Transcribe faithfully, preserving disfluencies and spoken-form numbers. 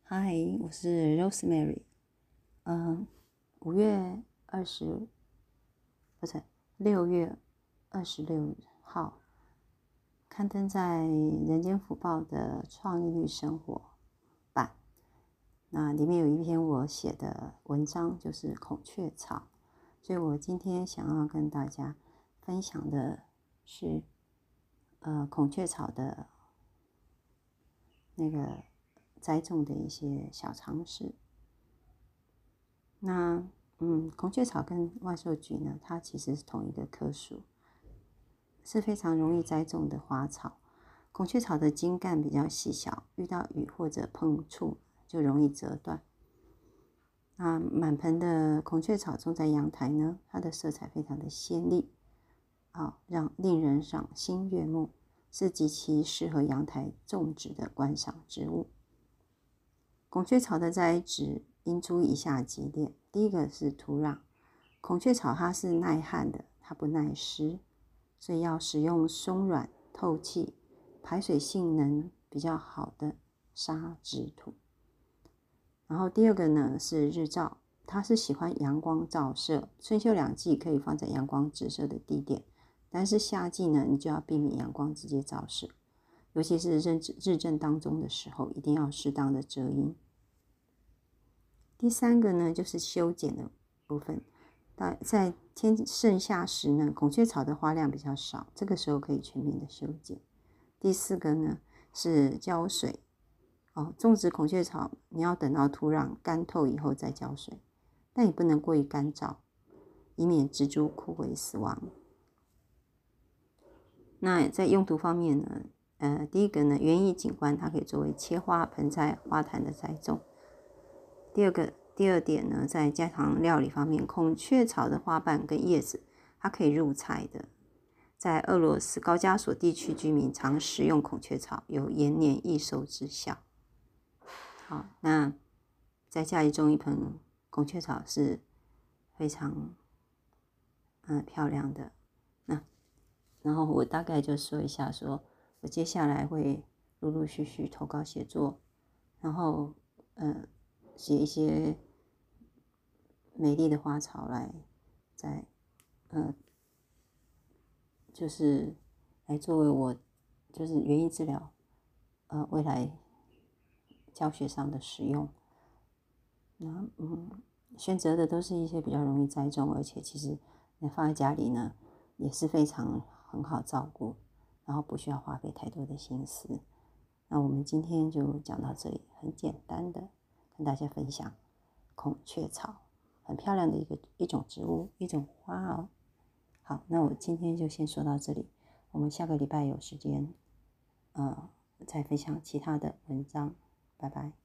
嗨，我是 Rosemary。嗯，五月二十，不是六月二十六号，刊登在《人间福报》的创意力生活版。那里面有一篇我写的文章，就是孔雀草。所以我今天想要跟大家分享的是，呃，孔雀草的那个栽种的一些小常识。那嗯，孔雀草跟万寿菊呢，它其实是同一个科属，是非常容易栽种的花草。孔雀草的茎干比较细小，遇到雨或者碰触就容易折断。那满盆的孔雀草种在阳台呢，它的色彩非常的鲜丽，啊，让令人赏心悦目，是极其适合阳台种植的观赏植物。孔雀草的栽植应注意以下几点。第一个是土壤，孔雀草它是耐旱的，它不耐湿，所以要使用松软、透气、排水性能比较好的沙质土。然后第二个呢是日照，它是喜欢阳光照射，春秋两季可以放在阳光直射的地点，但是夏季呢，你就要避免阳光直接照射，尤其是日日正当中的时候，一定要适当的遮阴。第三个呢，就是修剪的部分。在天盛夏时呢，孔雀草的花量比较少，这个时候可以全面的修剪。第四个呢是浇水。哦，种植孔雀草，你要等到土壤干透以后再浇水，但也不能过于干燥，以免植株枯萎死亡。那在用途方面呢，呃，第一个呢，园艺景观它可以作为切花、盆栽、花坛的栽种。第二个，第二点呢，在家常料理方面，孔雀草的花瓣跟叶子，它可以入菜的。在俄罗斯高加索地区居民常食用孔雀草，有延年益寿之效。好，那在家里种一盆孔雀草是非常嗯漂亮的。那然后我大概就说一下说，说我接下来会陆陆续续投稿写作，然后呃写一些美丽的花草来，在呃就是来作为我就是园艺治疗呃未来教学上的使用。那嗯，选择的都是一些比较容易栽种，而且其实你放在家里呢也是非常很好照顾，然后不需要花费太多的心思。那我们今天就讲到这里，很简单的跟大家分享孔雀草，很漂亮的一个一种植物，一种花哦。好，那我今天就先说到这里，我们下个礼拜有时间，呃，再分享其他的文章，拜拜。